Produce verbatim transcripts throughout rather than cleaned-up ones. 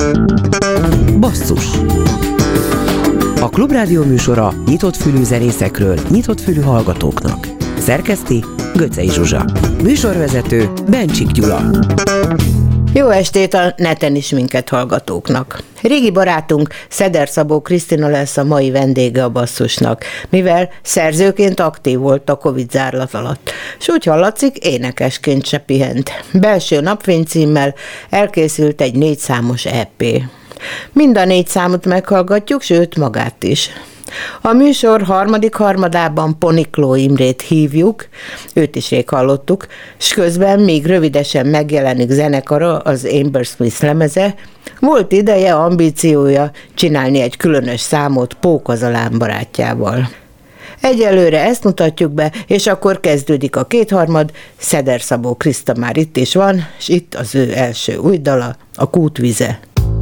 Basszus. A Klubrádió műsora nyitott fülű zenészekről, nyitott fülű hallgatóknak. Szerkeszti Göcsei Zsuzsa. Műsorvezető Bencsik Gyula. Jó estét a neten is minket hallgatóknak. Régi barátunk Szeder Szabó Krisztina lesz a mai vendége a Basszusnak, mivel szerzőként aktív volt a Covid zárlat alatt, s úgy hallatszik, énekesként se pihent. Belső napfény címmel elkészült egy négy számos é pé. Mind a négy számot meghallgatjuk, sőt magát is. A műsor harmadik harmadában Ponikló Imrét hívjuk, őt is rég hallottuk, s közben még rövidesen megjelenik zenekara, az Amber Smith lemeze, volt ideje, ambíciója csinálni egy különös számot Pókazalán barátjával. Egyelőre ezt mutatjuk be, és akkor kezdődik a kétharmad, Szeder Szabó Kriszta már itt is van, és itt az ő első új dala, a Kútvize.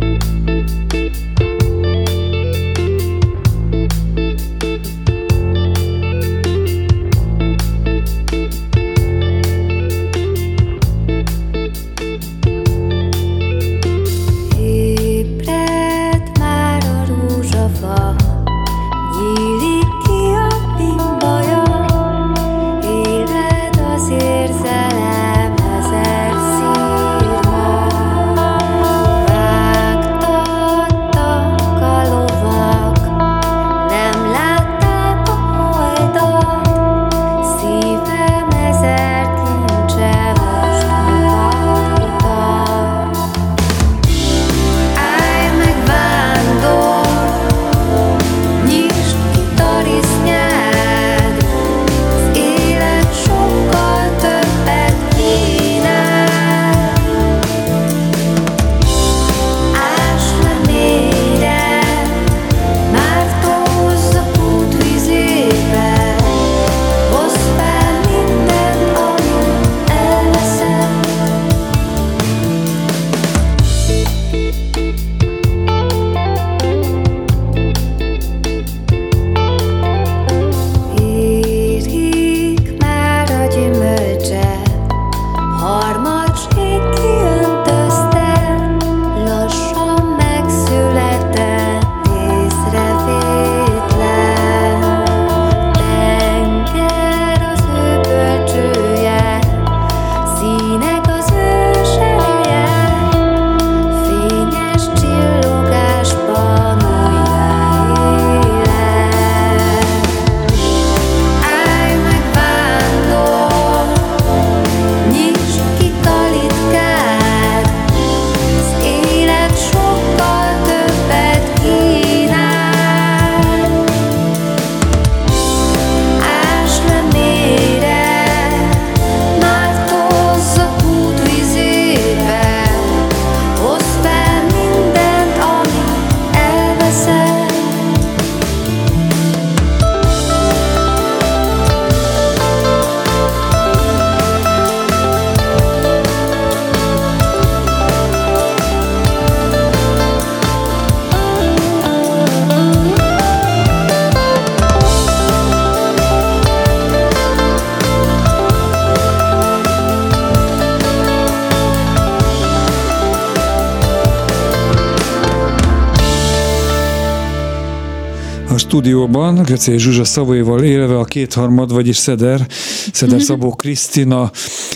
Stúdióban, Göcsei Zsuzsa szavaival élve a kétharmad, vagyis Szeder, Szeder Szabó Krisztina.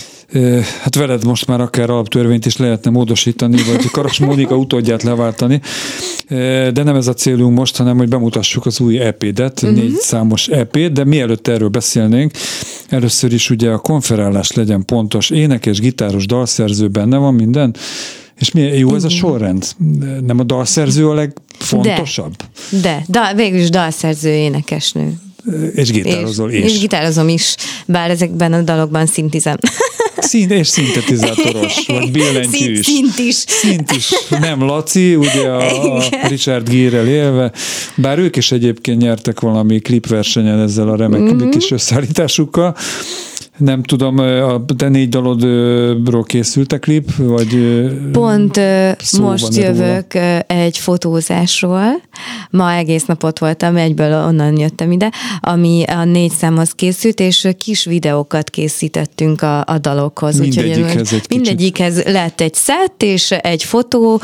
Hát veled most már akár alaptörvényt is lehetne módosítani, vagy Karas Mónika utódját leváltani, de nem ez a célunk most, hanem hogy bemutassuk az új é pédet, uh-huh. négy számos é pét, de mielőtt erről beszélnénk, először is ugye a konferálás legyen pontos, énekes, gitáros, dalszerző, benne van minden, és mi, jó ez a sorrend? Nem a dalszerző a legfontosabb? De, de, de végül is dalszerző, énekesnő. És gitározol és. És, és gitározom is, bár ezekben a dalokban szintizem. Szín és szintetizátoros, vagy billentyű is. Szint is. Szint is. Nem Laci, ugye a, a Richard Gere-rel élve, bár ők is egyébként nyertek valami klipversenyen ezzel a remek mm-hmm. kis összeállításukkal. nem tudom, a te négy dalodról készült a klip, vagy pont most jövök róla? Egy fotózásról. Ma egész napot voltam, egyből onnan jöttem ide, ami a négy számhoz készült, és kis videókat készítettünk a, a dalokhoz. Mindegyikhez egy Mindegyikhez lett egy szett, és egy fotó,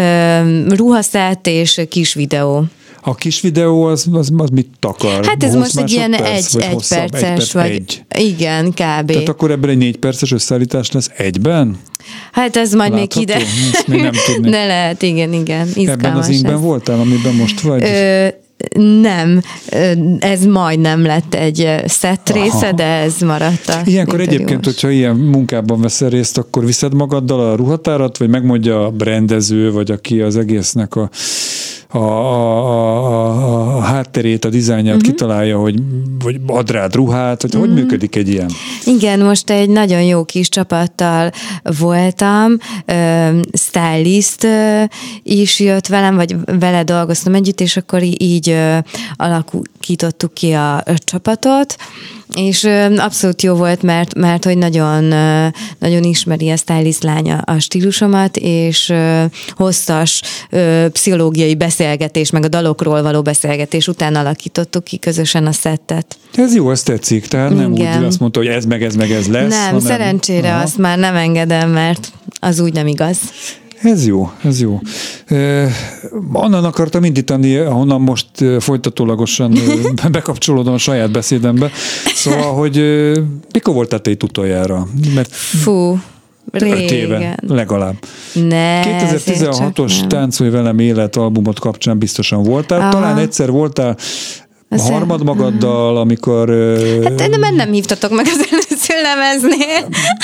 ruhaszett, és kis videó. A kis videó az, az, az mit takar? Hát ez most egy ilyen egy, vagy egy hosszabb, perces, egy perc, vagy egy. Igen, kb. Tehát akkor ebből egy négy perces összeállítás lesz egyben? Hát ez majd Látható? még ide. Ezt még nem tudni. De lehet, igen, igen. Izgalmas. Ebben az ingben ez. voltál, amiben most vagy? Ö, nem, ez majdnem lett egy szett része, Aha. de ez maradt a Ilyenkor interjús. Egyébként, hogyha ilyen munkában veszel részt, akkor viszed magaddal a ruhatárat, vagy megmondja a rendező, vagy aki az egésznek a A, a, a, a hátterét, a dizájnját uh-huh. kitalálja, hogy vagy ad rád ruhát, hogy uh-huh. hogy működik egy ilyen? Igen, most egy nagyon jó kis csapattal voltam, uh, stylist uh, is jött velem, vagy vele dolgoztam együtt, és akkor így uh, alakítottuk ki a, a csapatot, és abszolút jó volt, mert, mert hogy nagyon, nagyon ismeri a stylist lánya a stílusomat, és hosszas pszichológiai beszélgetés, meg a dalokról való beszélgetés után alakítottuk ki közösen a szettet. Ez jó, ez tetszik, tehát nem Igen. úgy azt mondta, hogy ez meg ez meg ez lesz. Nem, hanem... szerencsére Aha. azt már nem engedem, mert az úgy nem igaz. Ez jó, ez jó. Eh, onnan akartam indítani, ahonnan most folytatólagosan bekapcsolódom a saját beszédembe. Szóval, hogy mikor voltál te itt utoljára? Mert Fú, régen. Öt éve, legalább. Ne, kétezer-tizenhatos Táncolj velem élet albumot kapcsán biztosan voltál. Aha. Talán egyszer voltál a harmad magaddal, amikor... Hát nem, nem hívtatok meg az előző lemeznél.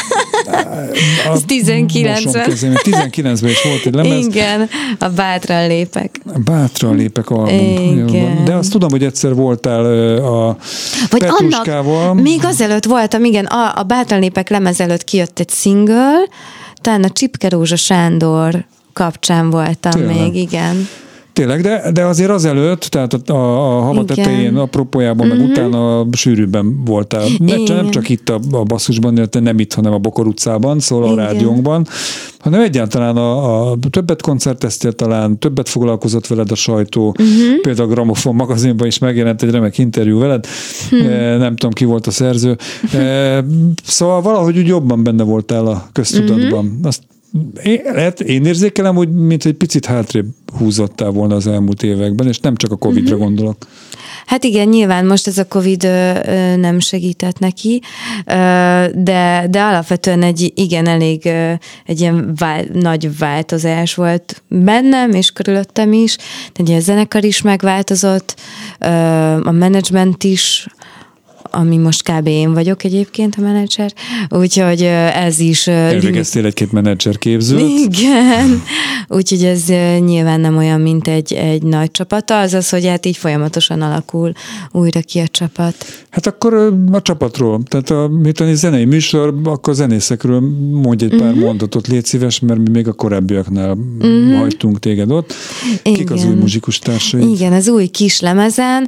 Ez tizenkilencben. tizenkilencben is volt egy lemez. Igen, a Bátran lépek. Bátran lépek album. Igen. De azt tudom, hogy egyszer voltál a Vagy Petruskával. Annak, még azelőtt voltam, igen, a, a Bátran lépek lemez előtt kijött egy single, talán a Csipke Rózsa Sándor kapcsán voltam Tényleg. még, igen. Tényleg, de, de azért azelőtt, tehát a, a, a hava tetején, apropójában, mm-hmm. meg utána sűrűbben voltál. Ne, nem csak itt a, a basszusban, illetve nem itt, hanem a Bokor utcában, szóval Igen. a rádiónkban, hanem egyáltalán a, a többet koncerteztél talán, többet foglalkozott veled a sajtó, mm-hmm. például a Gramofon magazinban is megjelent egy remek interjú veled, mm. e, nem tudom, ki volt a szerző. E, szóval valahogy úgy jobban benne voltál a köztudatban. Mm-hmm. Azt Én, lehet, én érzékelem, hogy mint egy picit hátrébb húzottál volna az elmúlt években, és nem csak a Covidra uh-huh. gondolok. Hát igen, nyilván most ez a Covid ö, ö, nem segített neki, ö, de, de alapvetően egy igen elég ö, egy ilyen vál, nagy változás volt bennem, és körülöttem is. Ugye a zenekar is megváltozott, ö, a menedzsment is, ami most kb. Én vagyok egyébként a menedzser, úgyhogy ez is... Elvégeztél egy-két menedzser képzőt. Igen, úgyhogy ez nyilván nem olyan, mint egy, egy nagy csapat, azaz, hogy hát így folyamatosan alakul újra ki a csapat. Hát akkor a csapatról, tehát a, miután egy zenei műsor, akkor a zenészekről mondj egy pár uh-huh. mondatot, légy szíves, mert mi még a korábbiaknál uh-huh. hagytunk téged ott. Kik Igen. az új muzsikus társaid? Igen, az új kislemezen,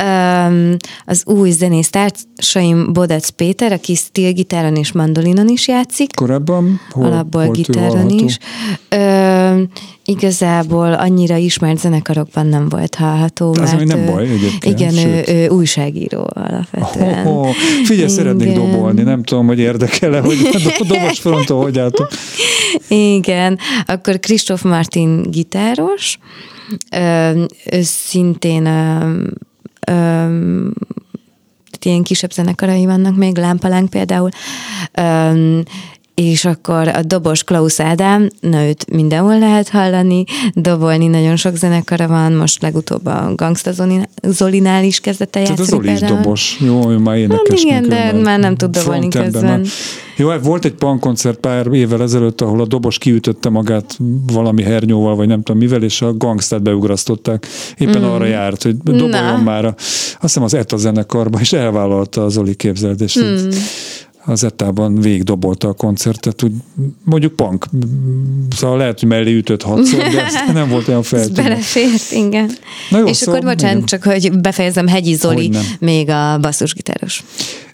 az új zenész társaim Bodec Péter, aki steel-gitáron és mandolinon is játszik. Korábban? Hol, alapból gitáron is. Ö, igazából annyira ismert zenekarokban nem volt hallható. Ez mert nem baj egyébként. Igen, ő, ő újságíró alapvetően. Oh, oh. Figyelj, igen. Szeretnék dobolni, nem tudom, hogy érdekel-e, hogy a dobos fronton hogy álltok. Igen, akkor Kristóf Martin gitáros, ö, ő szintén ö, ö, ilyen kisebb zenekarai vannak még, Lámpalánk például, Üm, és akkor a dobos Klaus Ádám, na őt mindenhol lehet hallani, dobolni nagyon sok zenekara van, most legutóbb a Gangsta Zolinál is kezdett el játszani. Tehát az Zoli is dobos, jó, ő már énekes. Hát igen, de már, már nem tud dobolni közben. Jó, volt egy punkkoncert pár évvel ezelőtt, ahol a dobos kiütötte magát valami hernyóval, vagy nem tudom mivel, és a Gangstát beugrasztották. Éppen mm. arra járt, hogy doboljon Na. már. A, azt hiszem az ETA zenekarba, és elvállalta a Zoli képzelt, és mm. az etában végigdobolta a koncertet, úgy, mondjuk punk. Szóval lehet, hogy mellé ütött hatszor, de nem volt olyan feltűnő. Belefért, igen. Na jó, és szóval, akkor bocsánat, igen. csak hogy befejezem, Hegyi Zoli, még a basszusgitáros.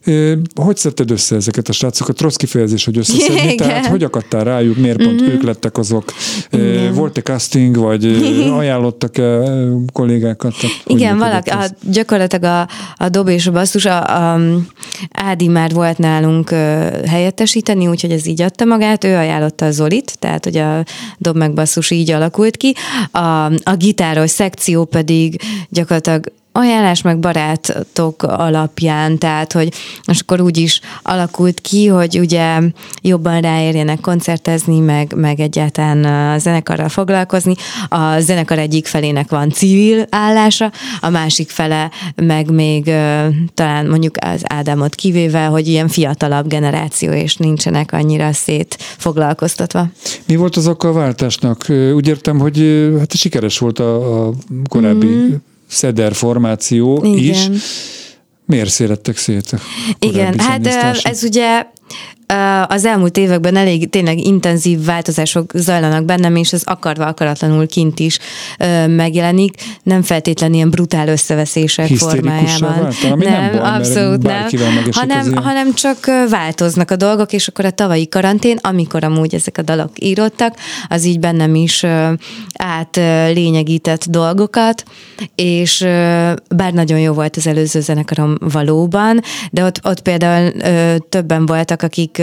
Hogy szedted össze ezeket a srácokat? Rossz kifejezés, hogy összeszedni, tehát hogy akadtál rájuk, miért pont mm-hmm. ők lettek azok? Igen. Volt-e casting, vagy ajánlottak-e kollégákat? Igen, valaki, a, gyakorlatilag a, a dob és a basszus, a, a Ádi már volt nálunk helyettesíteni, úgyhogy ez így adta magát, ő ajánlotta a Zolit, tehát hogy a dob meg basszus így alakult ki. A, a gitáros szekció pedig gyakorlatilag ajánlás meg barátok alapján, tehát, hogy most akkor úgy is alakult ki, hogy ugye jobban ráérjenek koncertezni, meg, meg egyáltalán a zenekarral foglalkozni. A zenekar egyik felének van civil állása, a másik fele meg még talán mondjuk az Ádámot kivéve, hogy ilyen fiatalabb generáció, és nincsenek annyira szétfoglalkoztatva. Mi volt az oka a váltásnak? Úgy értem, hogy hát sikeres volt a, a korábbi mm-hmm. Szeder formáció igen. is. Miért szélettek szét? Igen, hát ez ugye az elmúlt években elég tényleg intenzív változások zajlanak bennem, és ez akarva akaratlanul kint is megjelenik, nem feltétlenül ilyen brutál összeveszések formájában. Váltál, nem, nem abszolút nem, hanem, hanem csak változnak a dolgok, és akkor a tavalyi karantén, amikor amúgy ezek a dalok írottak, az így bennem is átlényegített dolgokat, és bár nagyon jó volt az előző zenekarom valóban, de ott, ott például többen voltak, akik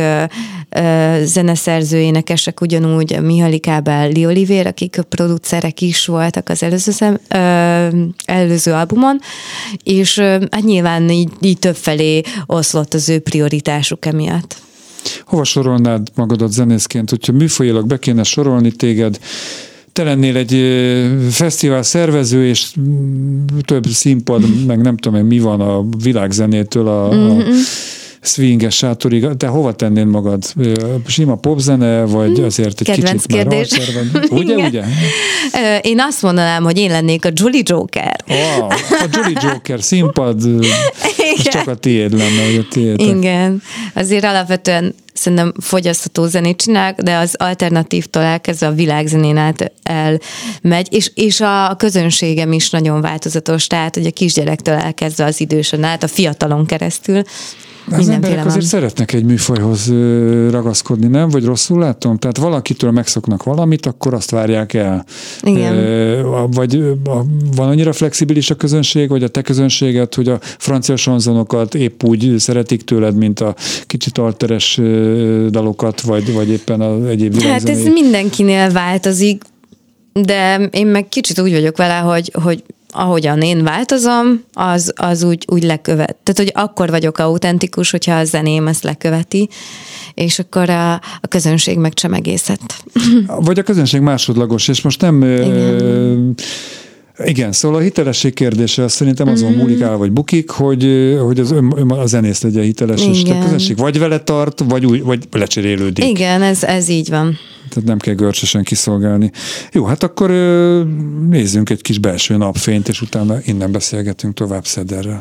zeneszerző énekesek, ugyanúgy Mihály Kábel, Lee Olivér, akik producerek is voltak az előző, szem, előző albumon, és hát nyilván így, így többfelé oszlott az ő prioritásuk emiatt. Hova sorolnád magadat zenészként, hogyha műfajilag be kéne sorolni téged, te lennél egy fesztivál szervező, és több színpad, meg nem tudom, mi van a világzenétől a, mm-hmm. a swinges sátorig, te hova tennél magad? Sima popzene, vagy azért egy kedvenc kicsit kérdés. már alter, vagy... Ugye, ugye? Én azt mondanám, hogy én lennék a Jolly Joker. Wow, a Jolly Joker színpad, az csak a tiéd lenne, vagy a tiéd. Igen, azért alapvetően szerintem fogyasztható zenét csinálok, de az alternatívtól elkezdve a világzenén át elmegy, és, és a közönségem is nagyon változatos, tehát hogy a kisgyerektől elkezdve az idősen át, a fiatalon keresztül. Az emberek azért szeretnek egy műfajhoz ragaszkodni, nem? Vagy rosszul látom? Tehát valakitől megszoknak valamit, akkor azt várják el. Igen. Vagy van annyira flexibilis a közönség, vagy a te közönséget, hogy a francia sonzonokat épp úgy szeretik tőled, mint a kicsit alteres dalokat, vagy, vagy éppen az egyéb világzenék? Hát ez mindenkinél változik, de én meg kicsit úgy vagyok vele, hogy, hogy ahogyan én változom, az, az úgy, úgy lekövet. Tehát, hogy akkor vagyok autentikus, hogyha a zeném ezt leköveti, és akkor a, a közönség meg csemegészett. Vagy a közönség másodlagos, és most nem... Igen. Igen, szóval a hitelesség kérdése azt szerintem azon mm-hmm. múlik áll, vagy bukik, hogy, hogy az ön, ön, a zenész legyen hiteles, igen. és a közönség vagy vele tart, vagy, új, vagy lecserélődik. Igen, ez, ez így van. Tehát nem kell görcsösen kiszolgálni. Jó, hát akkor nézzünk egy kis belső napfényt, és utána innen beszélgetünk tovább Szederrel.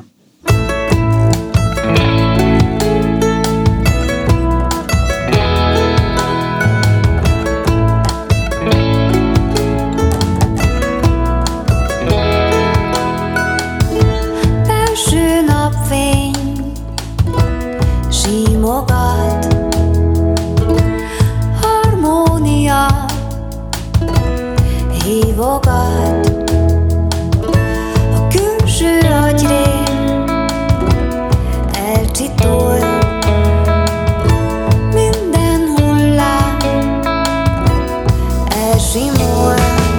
A külső agyrém elcsitol, minden hullám elsimol.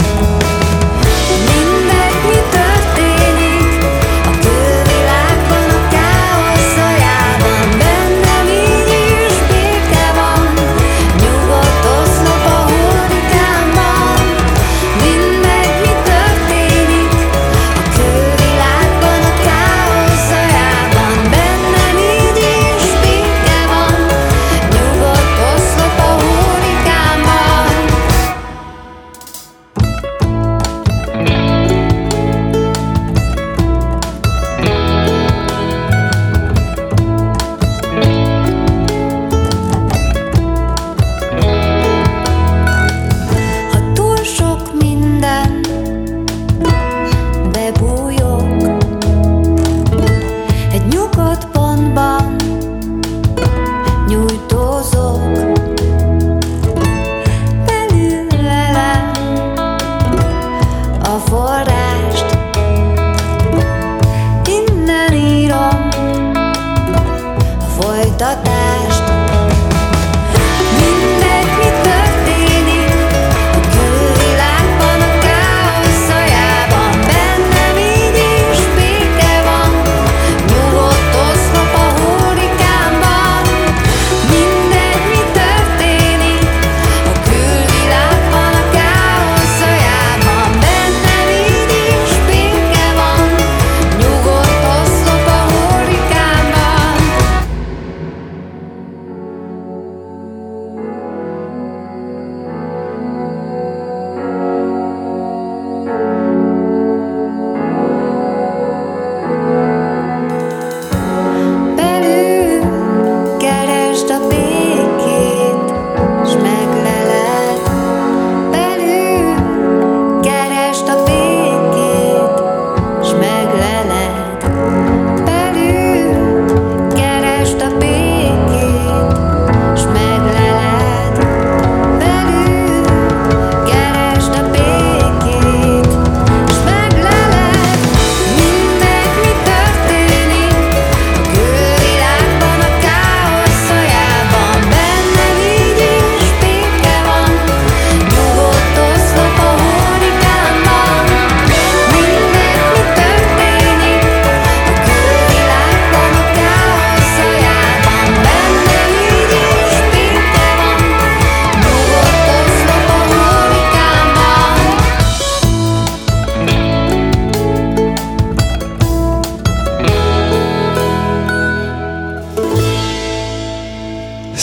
Mindegy, mi történik a külvilágban, a káosz zajában, bennem így is béke van, nyugodt oszlop a hurrikánban. Mindegy, mi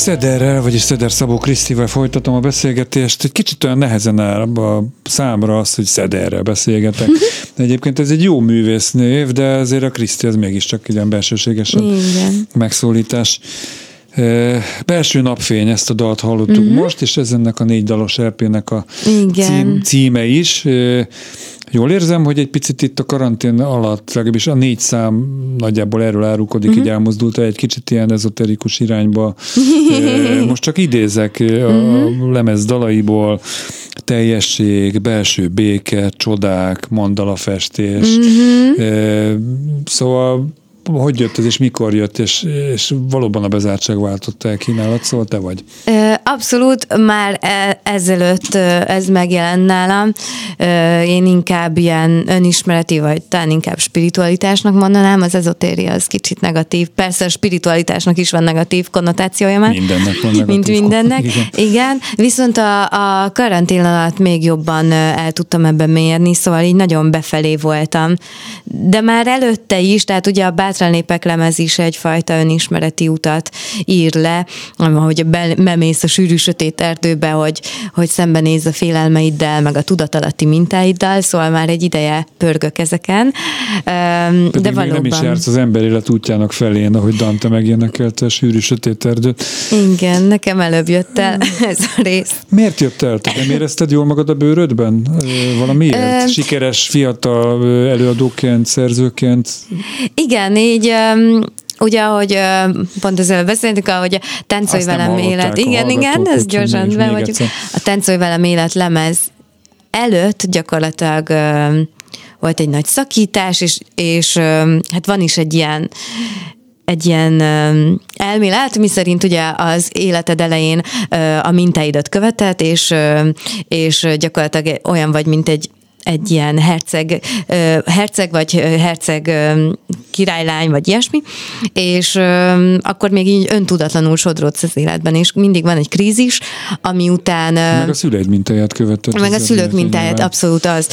Szederrel, vagyis Szeder Szabó Krisztivel folytatom a beszélgetést. Egy kicsit olyan nehezen áll a számra az, hogy Szederrel beszélgetek. De egyébként ez egy jó művésznév, de azért a Kriszti ez mégiscsak ilyen belsőségesen Igen. megszólítás. E, belső napfény, ezt a dalt hallottuk uh-huh. most, és ez ennek a négy dalos er pének a cím, címe is. E, jól érzem, hogy egy picit itt a karantén alatt, legalábbis a négy szám nagyjából erről árulkodik, uh-huh. így elmozdult egy kicsit ilyen ezoterikus irányba. E, most csak idézek a uh-huh. lemez dalaiból: teljesség, belső béke, csodák, mandalafestés. Uh-huh. E, szóval hogy jött ez, és mikor jött, és, és valóban a bezártság váltotta el kínálat, szóval te vagy? Abszolút, már ezelőtt ez megjelent nálam. Én inkább ilyen önismereti, vagy talán inkább spiritualitásnak mondanám, az ezotéria az kicsit negatív. Persze a spiritualitásnak is van negatív konnotációja már. Mindennek van negatív. Mint mindennek, igen. igen. Viszont a, a karantén alatt még jobban el tudtam ebben mérni, szóval így nagyon befelé voltam. De már előtte is, tehát ugye a Bátran Népek lemez is egyfajta önismereti utat ír le, ahogy bemész a sűrű sötét erdőbe, hogy, hogy szembenéz a félelmeiddel, meg a tudatalatti mintáiddal, szóval már egy ideje pörgök ezeken. Pedig de valóban... nem is jársz az ember élet útjának felén, ahogy Dante megénekelte a sűrű sötét erdőt. Igen, nekem előbb jött el ez a rész. Miért jött el? Te nem érezted jól magad a bőrödben? Valamiért? Sikeres, fiatal előadóként, szerzőként? Igen, így ugye, ahogy pont ezzel beszéltünk, ahogy a Táncolj velem élet. Igen, igen, ez gyorsan be vagyunk. A Táncolj velem élet lemez előtt gyakorlatilag volt egy nagy szakítás, és, és hát van is egy ilyen egy ilyen elmélet, miszerint ugye az életed elején a mintáidat követett, és, és gyakorlatilag olyan vagy, mint egy egy ilyen herceg, herceg vagy herceg királylány, vagy ilyesmi, és akkor még így öntudatlanul sodrodsz az életben, és mindig van egy krízis, ami után... Meg a szüleid mintáját követett. Meg a szülők mintáját, abszolút az.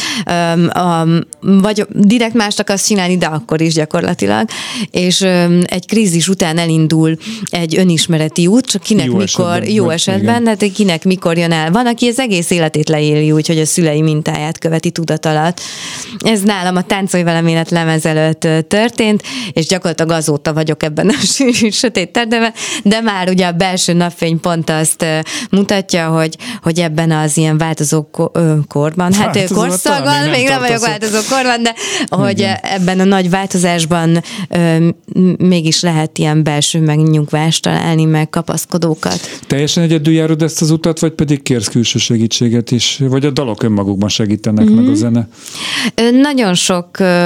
Vagy direkt mást akarsz csinálni, de akkor is gyakorlatilag. És egy krízis után elindul egy önismereti út, csak kinek jó mikor, esetben, jó esetben, de kinek mikor jön el. Van, aki az egész életét leéli úgy, hogy a szülei mintáját követi tudat alatt. Ez nálam a Táncolj velem élet lemez előtt történt, és gyakorlatilag azóta vagyok ebben a sűrű sötét erdőben, de már ugye a belső napfény pont azt mutatja, hogy, hogy ebben az ilyen változó korban, hát változó korszakban, még nem vagyok változó korban, de hogy igen. ebben a nagy változásban mégis lehet ilyen belső megnyugvást találni, meg kapaszkodókat. Teljesen egyedül járod ezt az utat, vagy pedig kérsz külső segítséget is? Vagy a dalok önmagukban segítenek mm-hmm. meg a zene? Nagyon sok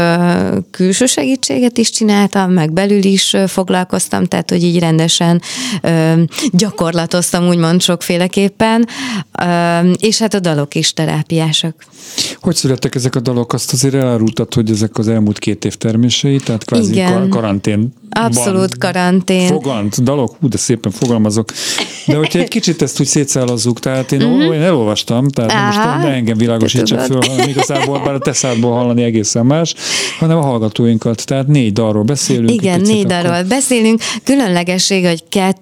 külső segítséget is csináltam, meg belül is foglalkoztam, tehát hogy így rendesen gyakorlatoztam úgymond sokféleképpen, és hát a dalok is terápiásak. Hogy születtek ezek a dalok? Azt azért elárultad, hogy ezek az elmúlt két év termései, tehát kvázi Igen. karantén. Abszolút karantén. Fogant dalok, hú, de szépen fogalmazok. De hogyha egy kicsit ezt úgy szétszállazzuk, tehát én, mm-hmm. én elolvastam, tehát Aha, most ne engem világosítsak föl, hanem igazából bár a te szádból hallani egészen más, hanem a hallgatóinkat. Tehát négy dalról beszélünk. Igen, négy dalról akkor... beszélünk. Különlegesség, hogy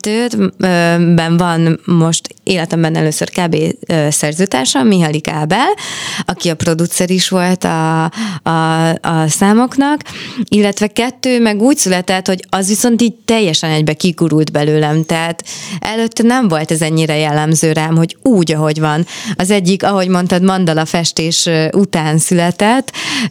kettőben van most életemben először kb. Szerzőtársam, Mihalik Ábel, aki a producer is volt a, a, a számoknak, illetve kettő meg úgy született, hogy az viszont így teljesen egybe kikurult belőlem, tehát előtte nem volt ez ennyire jellemző rám, hogy úgy, ahogy van. Az egyik, ahogy mondtad, mandala festés után született,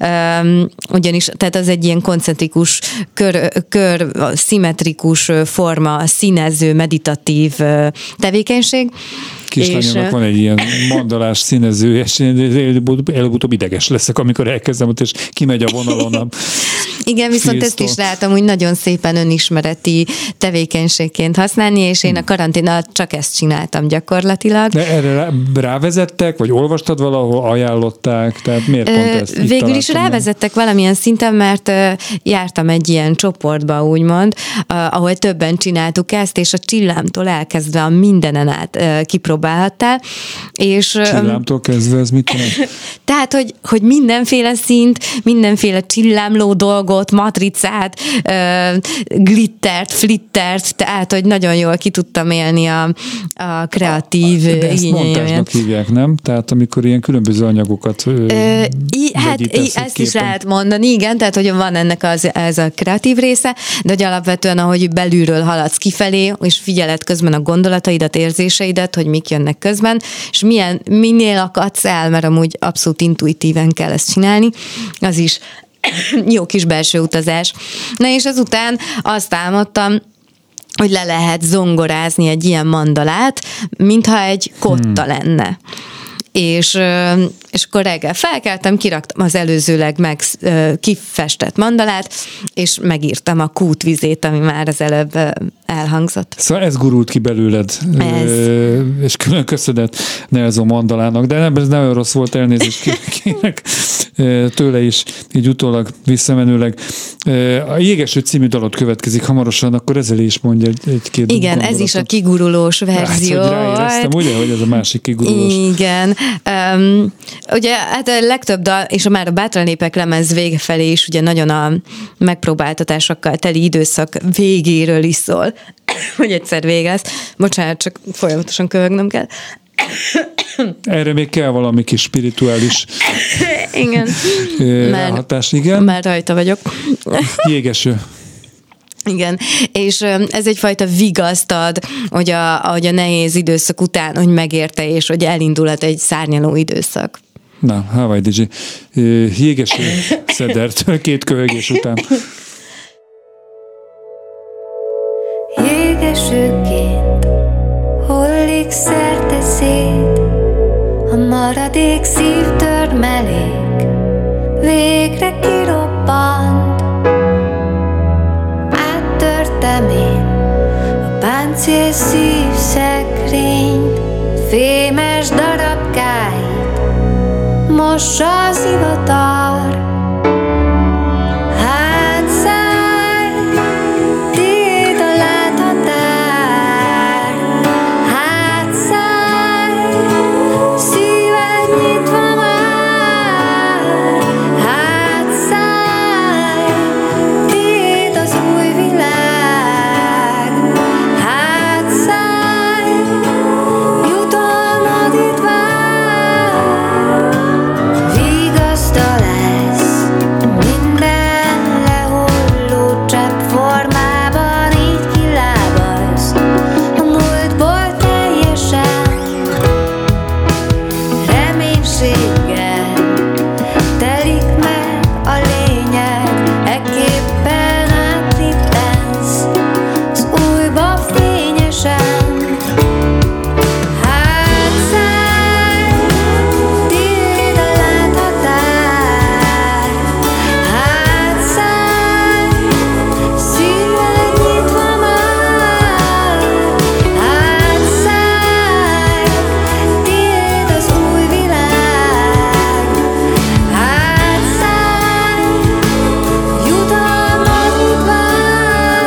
ugyanis, tehát az egy ilyen koncentrikus, kör, kör szimmetrikus forma, színező, meditatív tevékenység. Kislányomnak van egy ilyen mandalás színező, és előbb-utóbb ideges leszek, amikor elkezdem ott, és kimegy a vonalon. Igen, viszont Krisztó. Ezt is látom, hogy nagyon szépen önismereti tevékenységként használni, és én a karantén alatt csak ezt csináltam gyakorlatilag. De erre rávezettek, vagy olvastad valahol, ajánlották, tehát miért pont ezt itt Végül is rávezettek nem? Valamilyen szinten, mert jártam egy ilyen csoportba, úgymond, ahol többen csináltuk ezt, és a csillámtól elkezdve a mindenen át kipróbálhattál. És, csillámtól kezdve ez mit jelent? Tehát, hogy, hogy mindenféle szint, mindenféle csillámló dolgot anyagot, matricát, glittert, flittert, tehát, hogy nagyon jól ki tudtam élni a, a kreatív De ezt igényeimet. montázsnak hívják, nem? Tehát amikor ilyen különböző anyagokat Ö, í, hát í, ezt is lehet mondani, igen, tehát hogy van ennek az, ez a kreatív része, de hogy alapvetően, ahogy belülről haladsz kifelé, és figyeled közben a gondolataidat, érzéseidet, hogy mik jönnek közben, és milyen, minél akadsz el, mert amúgy abszolút intuitíven kell ezt csinálni, az is jó kis belső utazás. Na és ezután azt álmodtam, hogy le lehet zongorázni egy ilyen mandalát, mintha egy kotta hmm. lenne. És, és akkor reggel felkeltem, kiraktam az előzőleg meg kifestett mandalát, és megírtam a kútvizét, ami már az előbb elhangzott. Szóval ez gurult ki belőled, ez. és külön köszönet Nelson Mandalának, de nem, ez nem rossz volt, elnézést kérek tőle is, így utólag visszamenőleg. A Jégeső című dalot következik hamarosan, akkor ezzel is mondja egy-két Igen, gondolatot. ez is a kigurulós verzió. Hát, hogy ráéreztem, ugye, hogy ez a másik kigurulós. Igen. Um, ugye hát a legtöbb dal, és már a Bátran népek lemez vége felé is ugye nagyon a megpróbáltatásokkal teli időszak végéről is szól, hogy egyszer vége lesz. Bocsánat, csak folyamatosan köhögnöm kell. Erre még kell valami kis spirituális igen. Már, hatás, igen. Már rajta vagyok. Jégeső. Igen, és ez egyfajta vigaszt ad, hogy a, hogy a nehéz időszak után, hogy megérte, és hogy elindulhat egy szárnyaló időszak. Na, Hawaii Dizsi. Jégeső Szedertől két köhögés után. Jégesőként hullik szerte szét, a maradék szívtörmelék végre kirobbant. Áttörtem én a páncél szívszekrényt, fémes darabkáit mossa az ivatar. Hát szállj, tiéd a láthatár. Hát szállj, szíved nyitva már. Hát szállj, tiéd az új világ. Hát szállj, jutalmad itt vár. Vigasztalás minden lehulló csepp formában, így kilábalsz a múltból teljesen. Reménységgel telik meg a lényeg, ekképpen átléptensz az újba fényesen. Hát szállj, tiéd a láthatár. Hát szállj, szíved nyitva már. Hát szállj, tiéd az új világ. Hát szállj, jutalmad itt vár.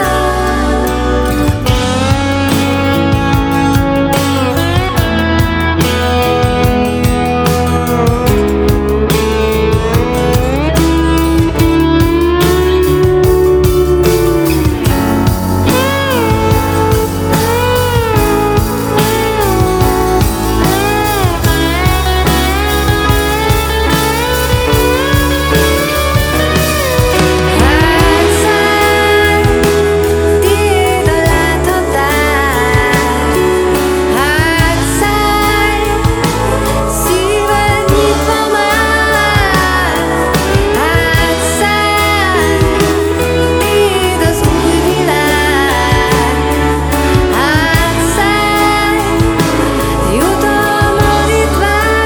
Hát szállj, tiéd a láthatár. Hát szállj, szíved nyitva már. Hát szállj, tiéd az új világ. Hát szállj, jutalmad itt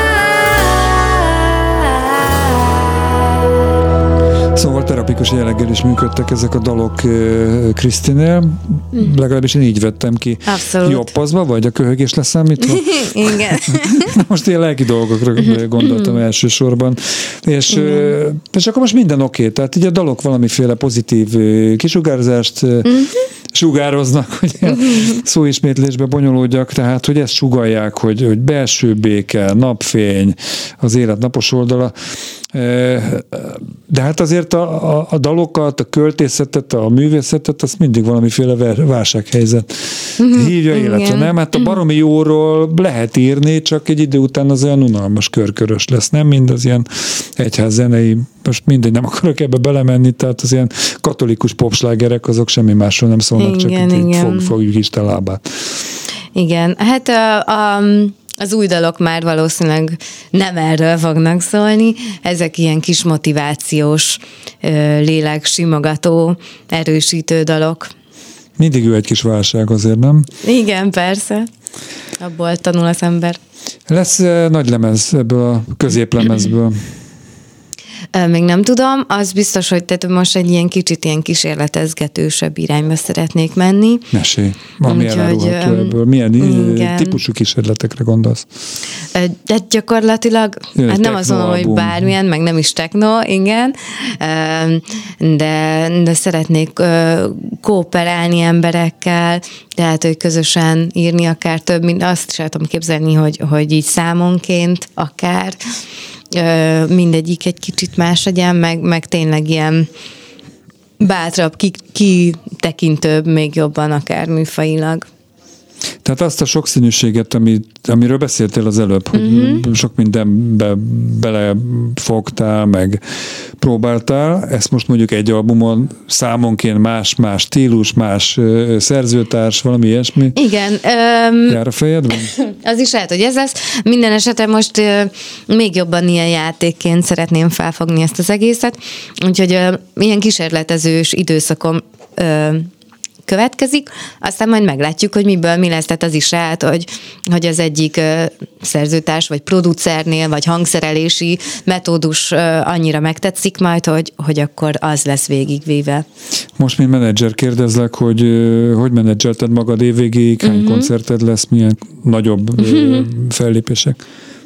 vár. Szóval terapikus jelleggel is működtek ezek a dalok Krisztinél. Legalábbis én így vettem ki. Abszolút. Jobb paszba, vagy a köhögés leszámítva? Igen. Most ilyen lelki dolgokra gondoltam elsősorban. És, és akkor most minden oké. Okay. Tehát így a dalok valamiféle pozitív kisugárzást sugároznak, hogy szóismétlésbe bonyolódjak, tehát hogy ezt sugallják, hogy, hogy belső béke, napfény, az élet napos oldala. De hát azért a, a, a dalokat, a költészetet, a művészetet, azt mindig valamiféle válsághelyzet hívja életre, Igen. nem? Hát a baromi jóról lehet írni, csak egy idő után az olyan unalmas körkörös lesz, nem? Mind az ilyen egyházzenei, most mindegy, nem akarok ebbe belemenni, tehát az ilyen katolikus popslágerek, azok semmi másról nem szólnak, Igen, csak igen. fog, fogjuk Isten lábát. Igen, hát a, a, az új dalok már valószínűleg nem erről fognak szólni, ezek ilyen kis motivációs, lélek simogató, erősítő dalok. Mindig ő egy kis válság azért, nem? Igen, persze. Abból tanul az ember. Lesz nagy lemez ebből a középlemezből. Még nem tudom, az biztos, hogy tehát most egy ilyen kicsit ilyen kísérletezgetősebb irányba szeretnék menni. Mesélj, valami elárulható ebből. Milyen igen. típusú kísérletekre gondolsz? De gyakorlatilag, Jön, hát nem azon, hogy bármilyen, meg nem is techno, igen, de, de szeretnék kooperálni emberekkel, tehát, hogy közösen írni akár több, mint azt is el tudom képzelni, hogy, hogy így számonként akár, mindegyik egy kicsit más legyen, meg, meg tényleg ilyen bátrabb, kitekintőbb még jobban akár műfajilag. Tehát azt a sokszínűséget, amit, amiről beszéltél az előbb, hogy uh-huh. sok mindenbe belefogtál, meg próbáltál, ezt most mondjuk egy albumon számonként más-más stílus, más uh, szerzőtárs, valami ilyesmi? Igen. Um, Jár a fejedben? Az is lehet, hogy ez lesz. Minden esetre most uh, még jobban ilyen játékként szeretném felfogni ezt az egészet, úgyhogy uh, ilyen kísérletezős időszakom uh, következik, aztán majd meglátjuk, hogy miből mi lesz, tehát az is lehet, hogy, hogy az egyik uh, szerzőtárs, vagy producernél, vagy hangszerelési metódus uh, annyira megtetszik majd, hogy, hogy akkor az lesz végigvéve. Most, mint menedzser kérdezlek, hogy uh, hogy menedzselted magad évvégéig, hány uh-huh. koncerted lesz, milyen nagyobb uh, fellépések?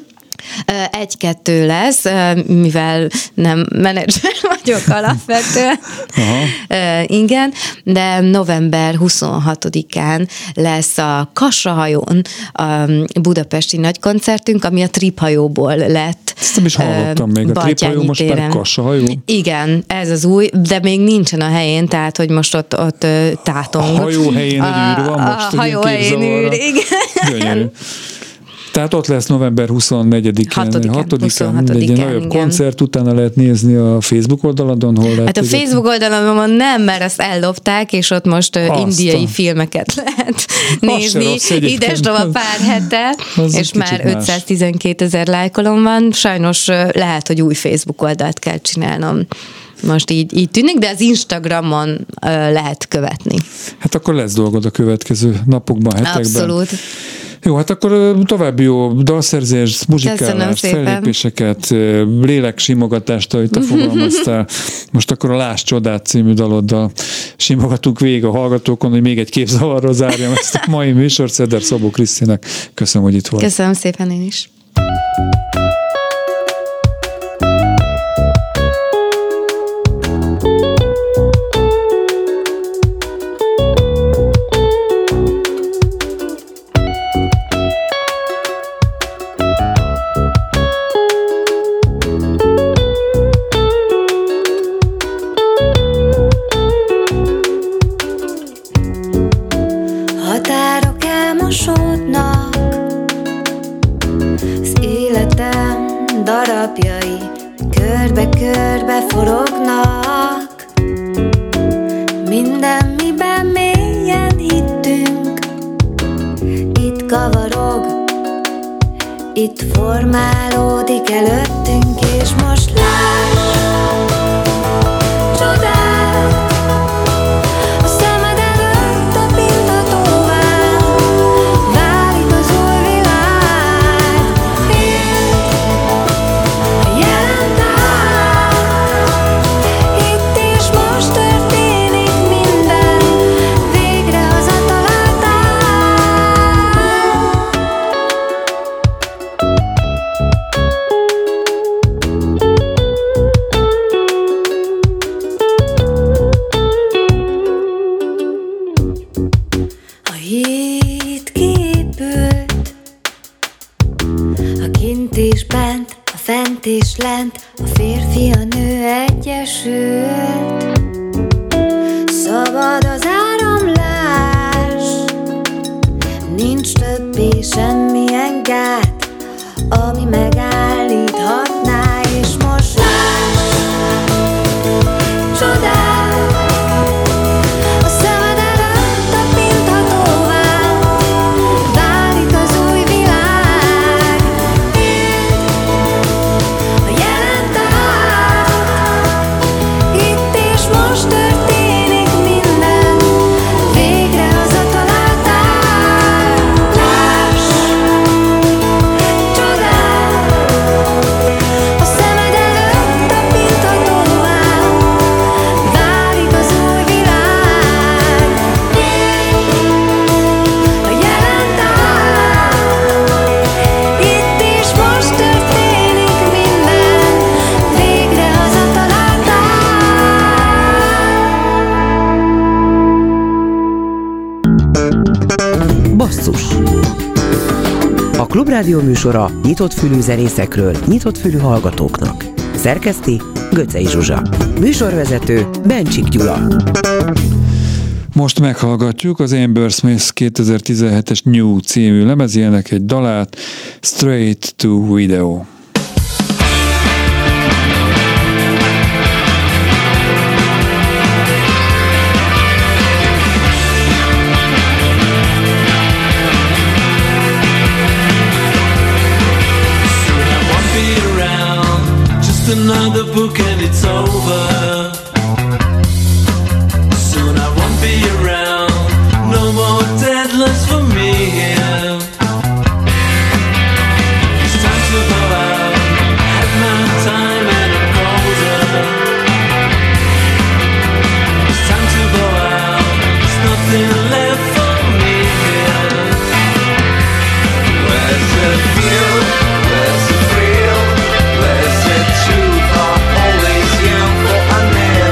Egy-kettő lesz, mivel nem menedzser vagyok alapvetően. Aha. Igen, de november huszonhatodikán lesz a Kassahajón a budapesti nagykoncertünk, ami a Trip hajóból lett. Ezt nem is hallottam még, a Trip hajó most már Kassahajó? Igen, ez az új, de még nincsen a helyén, tehát hogy most ott, ott tátong. A hajó helyén egy űr van most? A hajó helyén űr, igen. Gyönyörű. Tehát ott lesz november huszonnegyedikén, hatodikán, egy nagyobb koncert, utána lehet nézni a Facebook oldaladon, hol lehet. Hát a téged... Facebook oldalon nem, mert azt ellopták, és ott most azt indiai a... filmeket lehet nézni. Idesdom pár hete, az és már ötszáztizenkét lájkolom van. Sajnos lehet, hogy új Facebook oldalt kell csinálnom. Most így, így tűnik, de az Instagramon uh, lehet követni. Hát akkor lesz dolgod a következő napokban, hetekben. Abszolút. Jó, hát akkor további jó dalszerzés, muzsikálás, fellépéseket, léleksimogatást, ahogy te fogalmaztál. Most akkor a Láss csodát című daloddal simogatunk végig a hallgatókon, hogy még egy képzavarra zárjam ezt a mai műsort. Szeder Szabó Krisztinek köszönöm, hogy itt volt. Köszönöm szépen én is. Darabjai körbe-körbe forognak. Minden, miben mélyen hittünk, itt kavarog, itt formálódik előttünk, és most láss csodát a szemed előtt tapintatóvá, válik az új világ. Jelent át, itt és most történik minden, végre hazataláltál. A híd kiépült, a kint és bent, a fent és lent, a férfi, a nő egyesült, szabad az áramlás, nincs többé semmilyen gát, ami megállíthatná, és most láss csodát, a szemed előtt tapinthatóvá válik az új világ. A jelent át, itt és most történik minden, végre hazataláltál. Láss csodát, a szemed előtt tapinthatóvá válik az új világ. A jelent át, itt és most történik minden, végre hazataláltál. Basszus. A Klubrádió műsora nyitott fülű zenészekről, nyitott fülű hallgatóknak. Szerkeszti Göcsei Zsuzsa. Műsorvezető Bencsik Gyula. Most meghallgatjuk az Amber Smith kétezer-tizenhetes New című lemezének egy dalát, Straight to Video. Won't be around, just another book and it's over. Soon I won't be around, no more deadlines for me here. It's time to go out, had my time and I'm colder. It's time to go out, there's nothing left for me here. Where's the view? Where's the thrill? Where's the truth? I'm always young for a nail.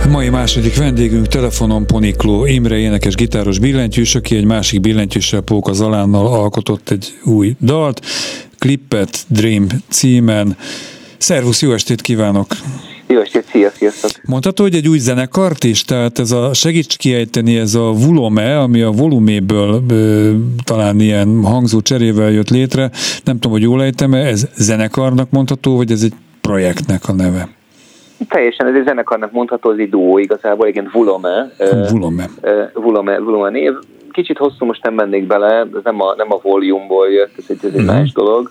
Mai második vendégünk telefonon Ponikló Imre, énekes, gitáros, billentyűs, aki egy másik billentyűssel, Póka Zalánnal alkotott egy új dalt, Klippet Dream címen. Szervusz, jó estét kívánok! Jó estét, szia, sziasztok! Mondhatod, hogy egy új zenekart is? Tehát ez a, segíts kiejteni, ez a Vulome, ami a voluméből ö, talán ilyen hangzó cserével jött létre, nem tudom, hogy jól ejtem-e, ez zenekarnak mondható, vagy ez egy projektnek a neve? Teljesen, ez egy zenekarnak mondható, ez egy duó igazából, igen, Vulome. Vulome. Vulome, Vulome név. Kicsit hosszú, most nem mennék bele, ez nem a, nem a volume-ból jött, ez egy, ez egy uh-huh. más dolog.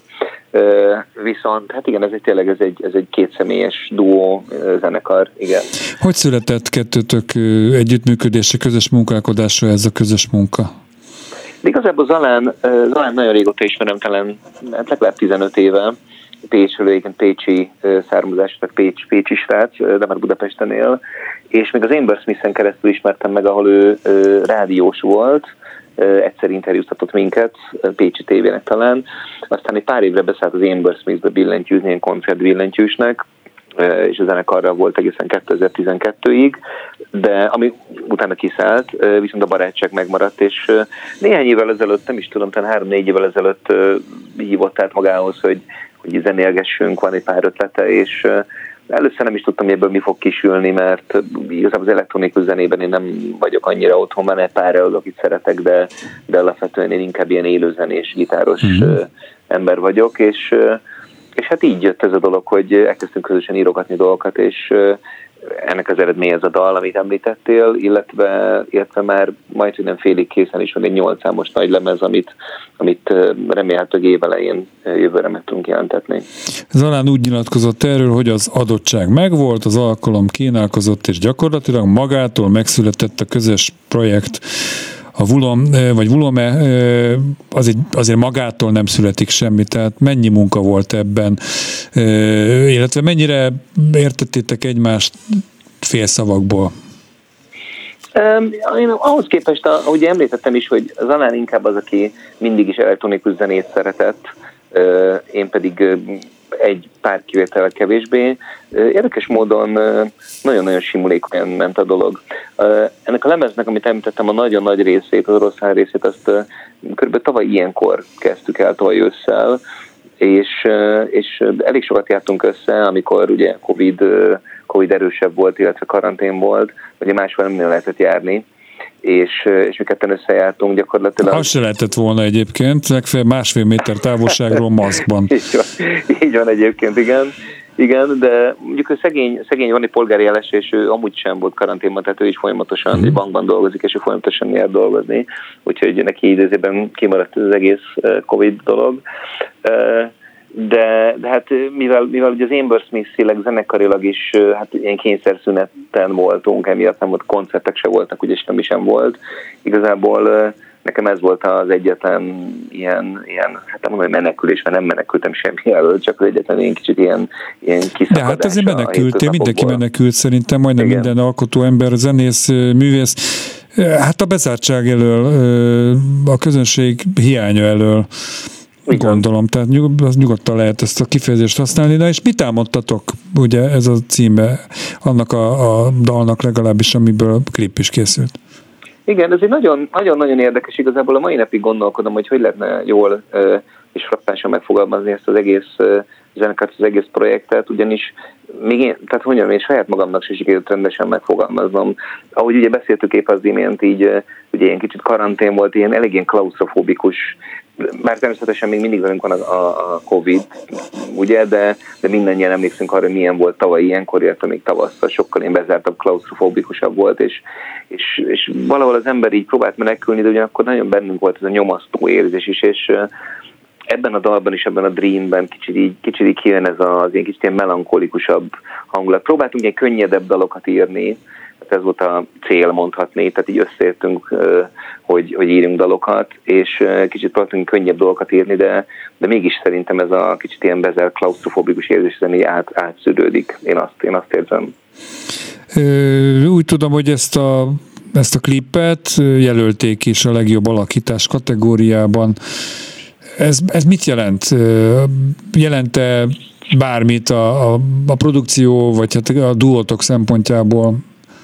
Viszont, hát igen, ez egy, tényleg ez egy, ez egy kétszemélyes duó zenekar, igen. Hogy született kettőtök együttműködése, közös munkálkodásra ez a közös munka? De igazából Zalán, Zalán nagyon régóta ismerem, talán hát legalább tizenöt éve. Pécsről, igen, pécsi származású, tehát Pécs, pécsi srác, de már Budapesten él, és még az Amber Smith-en keresztül ismertem meg, ahol ő rádiós volt, egyszer interjúztatott minket, Pécsi tévének talán, aztán egy pár évre beszállt az Amber Smith-be billentyűzni, ilyen koncertbillentyűsnek, és a zenekarra volt egészen kétezer-tizenkettőig, de ami utána kiszállt, viszont a barátság megmaradt, és néhány évvel ezelőtt, nem is tudom, talán három-négy évvel ezelőtt hívott át magához, hogy hogy zenélgessünk, van egy pár ötlete, és először nem is tudtam, hogy ebből mi fog kisülni, mert igazából az elektronikus zenében én nem vagyok annyira otthon, van egy pár előtt, akit szeretek, de, de alapvetően én inkább ilyen élőzenés, gitáros mm-hmm. ember vagyok, és, és hát így jött ez a dolog, hogy elkezdtünk közösen írogatni dolgokat, és ennek az eredmény ez a dal, amit említettél, illetve, illetve már majd, hogy nem félig készen is van egy nyolc számos nagy lemez, amit, amit remélhetőleg évelején jövőre meg tudunk jelentetni. Zalán úgy nyilatkozott erről, hogy az adottság megvolt, az alkalom kínálkozott, és gyakorlatilag magától megszületett a közös projekt. A Vulom, vagy Vulome azért, azért magától nem születik semmi, tehát mennyi munka volt ebben, illetve mennyire értettétek egymást félszavakból? Én ahhoz képest, ahogy említettem is, hogy Zalán inkább az, aki mindig is elektronikus zenét szeretett, én pedig egy pár kivétel kevésbé. Érdekes módon nagyon-nagyon simulékonyan ment a dolog. Ennek a lemeznek, amit említettem, a nagyon nagy részét, az oroszlán részét, azt körülbelül tavaly ilyenkor kezdtük el tavaly ősszel, és, és elég sokat jártunk össze, amikor ugye Covid, Covid erősebb volt, illetve karantén volt, ugye máshol nem lehetett járni. És, és mi ketten összejártunk gyakorlatilag. Az se lehetett volna egyébként, legfeljebb másfél méter távolságról maszkban. így, van, így van egyébként, igen. Igen, de mondjuk ő szegény, szegény van egy polgári jeles, és ő amúgy sem volt karanténban, tehát ő is folyamatosan mm. egy bankban dolgozik, és ő folyamatosan jár dolgozni, úgyhogy neki időzében kimaradt az egész Covid dolog. De, de hát mivel, mivel ugye az Amber Smith-szileg zenekarilag is hát ilyen kényszerszüneten voltunk, emiatt nem volt, koncertek se voltak, ugye semmi sem volt. Igazából nekem ez volt az egyetlen ilyen, ilyen hát nem mondom, hogy menekülés, mert nem menekültem semmi elől, csak az egyetlen ilyen kicsit ilyen, ilyen kiszakadás. De hát azért menekültél, mindenki menekült szerintem, majdnem igen. Minden alkotó ember, zenész, művész. Hát a bezártság elől, a közönség hiánya elől. Igen. Gondolom, tehát nyug, az nyugodtan lehet ezt a kifejezést használni, de és mit támadtatok, ugye ez a címe annak a, a dalnak legalábbis, amiből a klip is készült? Igen, ez egy nagyon, nagyon-nagyon érdekes, igazából a mai napig gondolkodom, hogy hogy lehetne jól és frappánsan megfogalmazni ezt az egész zenekart, az egész projektet, ugyanis még én, tehát mondjam, én saját magamnak se sikerült rendesen megfogalmaznom. Ahogy ugye beszéltük épp az imént, így ugye ilyen kicsit karantén volt, ilyen elég ilyen klausztrofóbikus, már természetesen még mindig velünk van a, a Covid, ugye, de, de mindannyian emlékszünk arra, hogy milyen volt tavaly ilyenkor, illetve még tavasszal sokkal én bezártabb, klausztrofóbikusabb volt, és, és, és valahol az ember így próbált menekülni, de ugyanakkor nagyon bennünk volt ez a nyomasztó érzés is, és ebben a dalban is, ebben a Dreamben kicsit így, kicsit így kijön ez az ilyen kicsit ilyen melankolikusabb hangulat. Próbáltunk ilyen könnyedebb dalokat írni, tehát ez volt a cél mondhatni, tehát így összeértünk, hogy, hogy írjunk dalokat, és kicsit próbáltunk könnyebb dalokat írni, de, de mégis szerintem ez a kicsit ilyen bezárt, klausztrofóbikus érzés így át, átszűrődik. Én azt, én azt érzem. Úgy tudom, hogy ezt a ezt a klipet jelölték is a legjobb alakítás kategóriában. Ez, ez mit jelent? Jelent-e bármit a, a, a produkció, vagy hát a duótok szempontjából?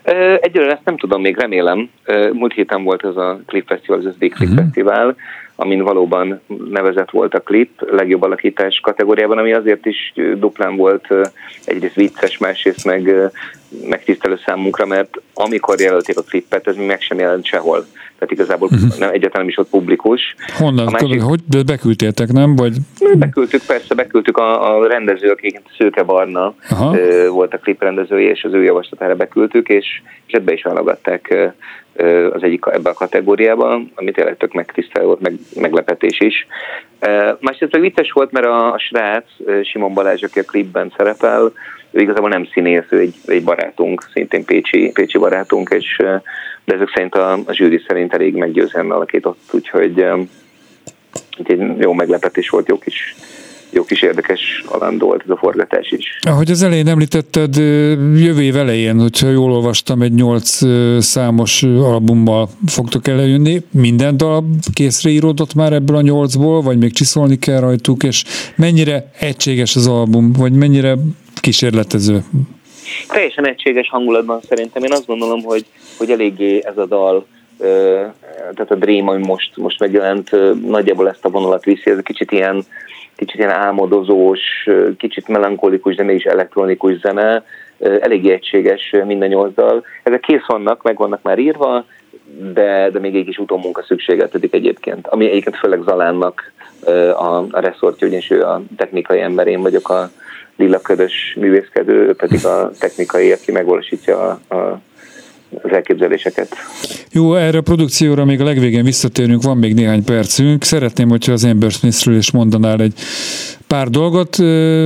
Egyelőre ezt nem tudom, még remélem. Múlt héten volt ez a Klip Fesztivál, az Big Klip Uh-huh. Fesztivál, amin valóban nevezett volt a klip legjobb alakítás kategóriában, ami azért is duplán volt egyrészt vicces, másrészt meg megtisztelő számunkra, mert amikor jelölték a klippet, ez még meg sem jelent sehol. Tehát igazából uh-huh. nem, egyáltalán nem is ott publikus. Honnan? Másik... Hogy beküldtétek, nem? Vagy... Beküldtük, persze, beküldtük a, a rendező, akik Szőke Barna ö, volt a klip rendezője, és az ő javaslatára beküldtük, és, és ebbe is válogatták az egyik ebbe a kategóriában, ami tényleg tök megtisztelő volt, meg, meglepetés is. Másrészt meg vicces volt, mert a, a srác, Simon Balázs, aki a klipben szerepel, ő igazából nem színész, ő egy, egy barátunk, szintén pécsi, pécsi barátunk, és de ezek szerint a, a zsűri szerint elég meggyőzően alakított, úgyhogy egy jó meglepetés volt, jó kis, jó kis érdekes alandó volt ez a forgatás is. Ahogy az elején említetted, jövő év elején, hogyha jól olvastam, egy nyolc számos albummal fogtok eljönni. Minden dal készre íródott már ebből a nyolcból, vagy még csiszolni kell rajtuk, és mennyire egységes az album, vagy mennyire kísérletező? Teljesen egységes hangulatban szerintem. Én azt gondolom, hogy, hogy eléggé ez a dal, tehát a Dream, ami most, most megjelent, nagyjából ezt a vonalat viszi, ez egy kicsit ilyen, kicsit ilyen álmodozós, kicsit melankolikus, de mégis elektronikus zene, eléggé egységes minden nyolc dal. Ezek kész vannak, meg vannak már írva, de, de még egy kis utómunka szükségeltetik egyébként, ami egyébként főleg Zalánnak a, a reszortja, ugyanis ő a technikai ember, én vagyok a lillaködös művészkedő, ő pedig a technikai, aki megvalósítja a, a, az elképzeléseket. Jó, erre a produkcióra még a legvégén visszatérünk, van még néhány percünk. Szeretném, hogyha az Amber Smithről is mondanál egy pár dolgot.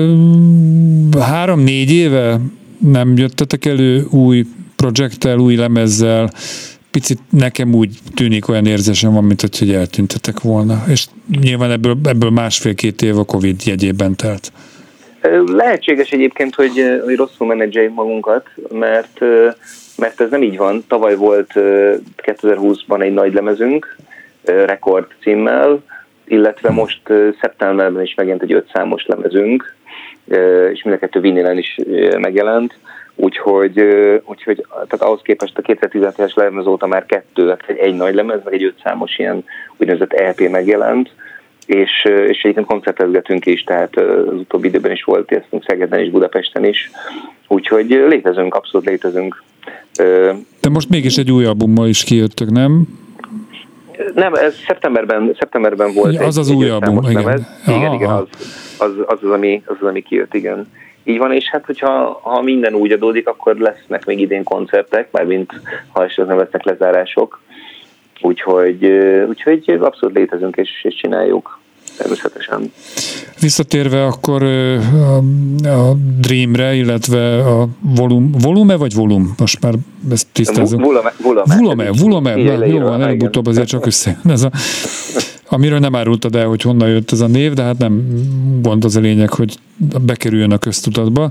Három-négy éve nem jöttetek elő új projekttel, új lemezzel. Picit nekem úgy tűnik, olyan érzésem van, mint hogy eltűntetek volna. És nyilván ebből, ebből másfél-két év a Covid jegyében telt. Lehetséges egyébként, hogy, hogy rosszul menedzseljük magunkat, mert, mert ez nem így van. Tavaly volt kétezer-húszban egy nagy lemezünk, Rekord címmel, illetve most szeptemberben is megjelent egy öt számos lemezünk, és mind a kettő vinilen is megjelent. Úgyhogy, úgyhogy tehát ahhoz képest a kétezer-tizenhetes lemez óta már kettő, egy, egy nagy lemez, meg egy öt számos ilyen úgynevezett é pé megjelent, és, és egyébként koncertezgetünk is, tehát az utóbbi időben is volt, értünk Szegeden és Budapesten is, úgyhogy létezünk, abszolút létezünk. De most mégis egy új albummal is kijöttök, nem? Nem, ez szeptemberben, szeptemberben volt. Ja, az egy, az új album, igen. Lemez. Igen, igen, az az, az, az, ami, az az, ami kijött, igen. Így van, és hát hogyha ha minden úgy adódik, akkor lesznek még idén koncertek, mármint ha is az nem lesznek lezárások. Úgyhogy, úgyhogy abszolút létezünk és, és csináljuk, természetesen. Visszatérve akkor a, a Dreamre, illetve a volum, volume vagy volum? Most már ezt tisztázom. Vulame. Vulame, vulame. Jó van, előbb-utóbb azért csak össze. Ez a, amiről nem árultad el, hogy honnan jött ez a név, de hát nem gond az a lényeg, hogy bekerüljön a köztudatba.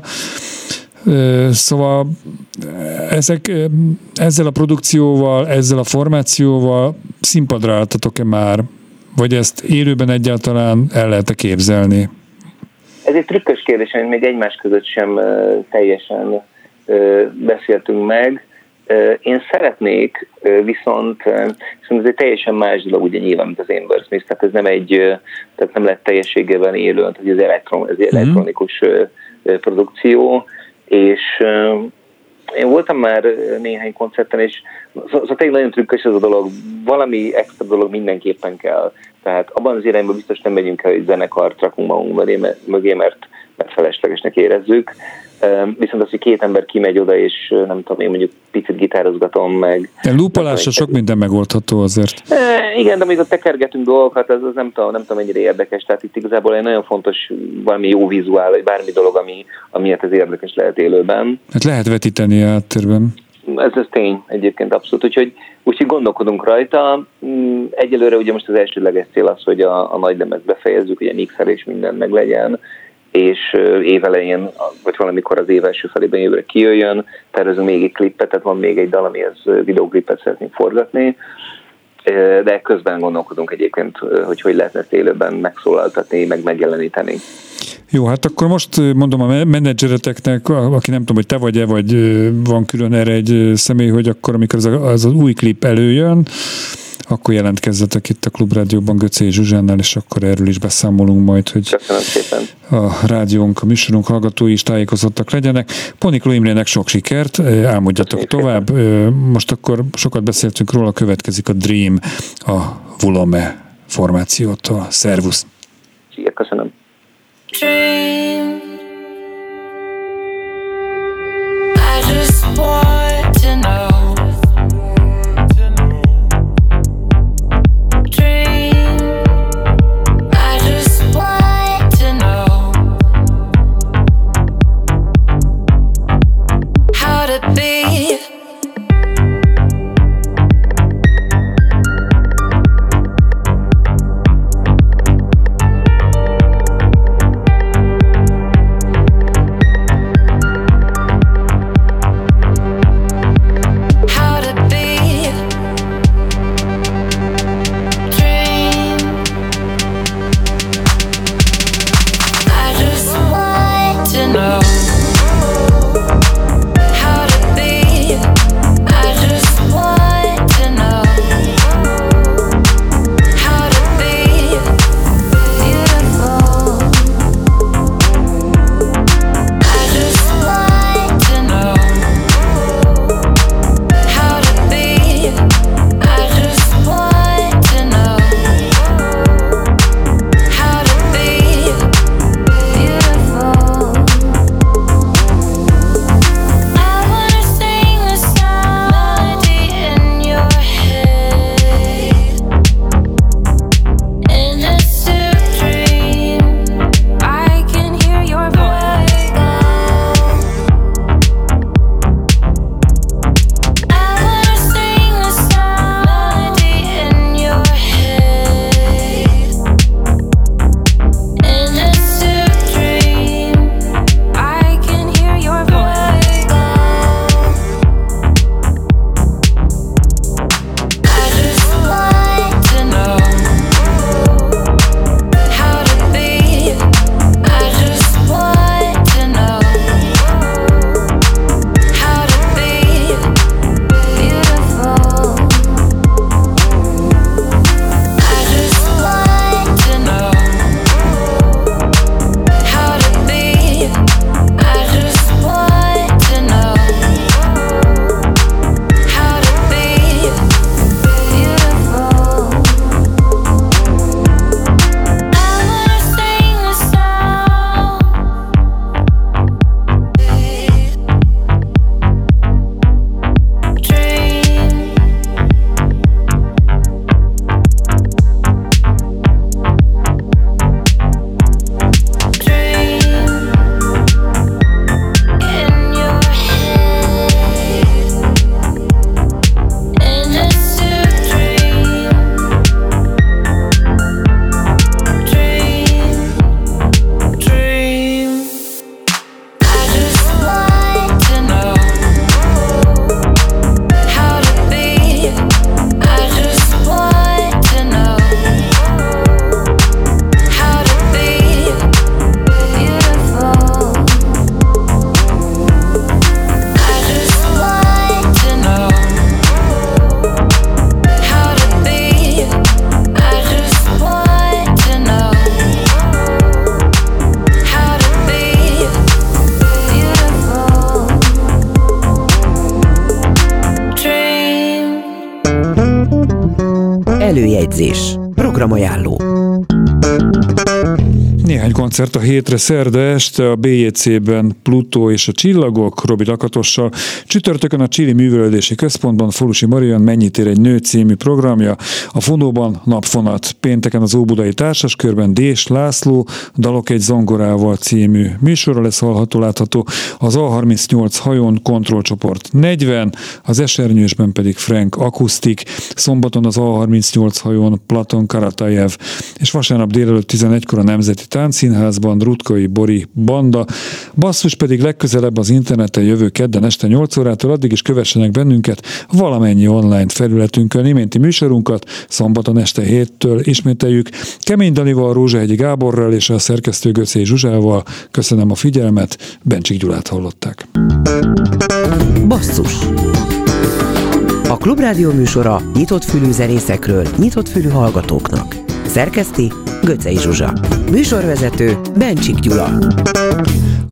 Szóval ezek, ezzel a produkcióval, ezzel a formációval színpadra álltatok-e már? Vagy ezt élőben egyáltalán el lehet-e képzelni? Ez egy trükkös kérdés, amit még egymás között sem teljesen beszéltünk meg. Én szeretnék, viszont, viszont ez egy teljesen más dolog, ugye nyilván, mint az Amber Smith, tehát ez nem egy, tehát nem lett teljességében élő, tehát ez elektron, ez egy elektronikus mm-hmm. produkció, és én voltam már néhány koncerten, és szóval tényleg nagyon trükkös ez a dolog, valami extra dolog mindenképpen kell. Tehát abban az irányban biztos nem megyünk el, hogy zenekart rakunk magunk mögé, mert, mert feleslegesnek érezzük. Viszont az, hogy két ember kimegy oda, és nem tudom, én mondjuk picit gitározgatom meg. De lúpolásra sok minden megoldható azért. E, igen, de amikor tekergetünk dolgokat, az, az nem tudom, nem tudom mennyire érdekes. Tehát itt igazából egy nagyon fontos valami jó vizuál, vagy bármi dolog, ami, amiért ez érdekes lehet élőben. Hát lehet vetíteni a háttérben. Ez, ez tény egyébként abszolút, úgyhogy, úgyhogy gondolkodunk rajta. Egyelőre ugye most az elsődleges cél az, hogy a, a nagy lemezt befejezzük, ugye mixelés minden meg legyen, és évelején, vagy valamikor az év első felében jövőre kijöjjön, tervezünk még egy klippet, tehát van még egy dal, amihez videóklipet szeretnénk forgatni, de közben gondolkodunk egyébként, hogy hogy lehetne ezt élőben megszólaltatni, meg megjeleníteni. Jó, hát akkor most mondom a menedzsereteknek, aki nem tudom, hogy te vagy-e, vagy van külön erre egy személy, hogy akkor, amikor az, az, az új klip előjön, akkor jelentkezzetek itt a Klubrádióban Göcé Zsuzsánnál, és akkor erről is beszámolunk majd, hogy Köszönöm szépen. A rádiónk, a műsorunk hallgatói is tájékozottak legyenek. Ponikló Imrének sok sikert, álmodjatok tovább. Most akkor sokat beszéltünk róla, következik a Dream, a Vulame formációtól. Szervusz! Szia, köszönöm. Dream. I just want to know. Dream. I just want to know how to be. Előjegyzés. Programajánló. Néhány koncert a hétre, szerda este a bé jé cé-ben Plutó és a Csillagok, Robi Lakatossal, csütörtökön a Csili Művelődési Központban Falusi Marian Mennyit ér egy nő című programja, a Fonóban Napfonat, pénteken az Óbudai Társaskörben Dés László Dalok egy zongorával című műsorra lesz hallható, látható, az á harmincnyolc hajón Kontrollcsoport negyven, az Esernyősben pedig Frank Akusztik, szombaton az á harmincnyolc hajón Platon Karatajev, és vasárnap délelőtt tizenegykor a Nemzeti Táncszínházban, Rutkai Bori Banda. Basszus pedig legközelebb az interneten jövő kedden este nyolc órától, addig is kövessenek bennünket valamennyi online felületünkön. Iménti műsorunkat szombaton este héttől ismételjük. Kemény Danival, Rózsahegyi Gáborral és a szerkesztő Göcé Zsuzsával. Köszönöm a figyelmet, Bencsik Gyulát hallották. Basszus. A Klubrádió műsora nyitott fülű zenészekről, nyitott fülű hallgatóknak. Szerkeszti Göcei Zsuzsa. Műsorvezető Bencsik Gyula.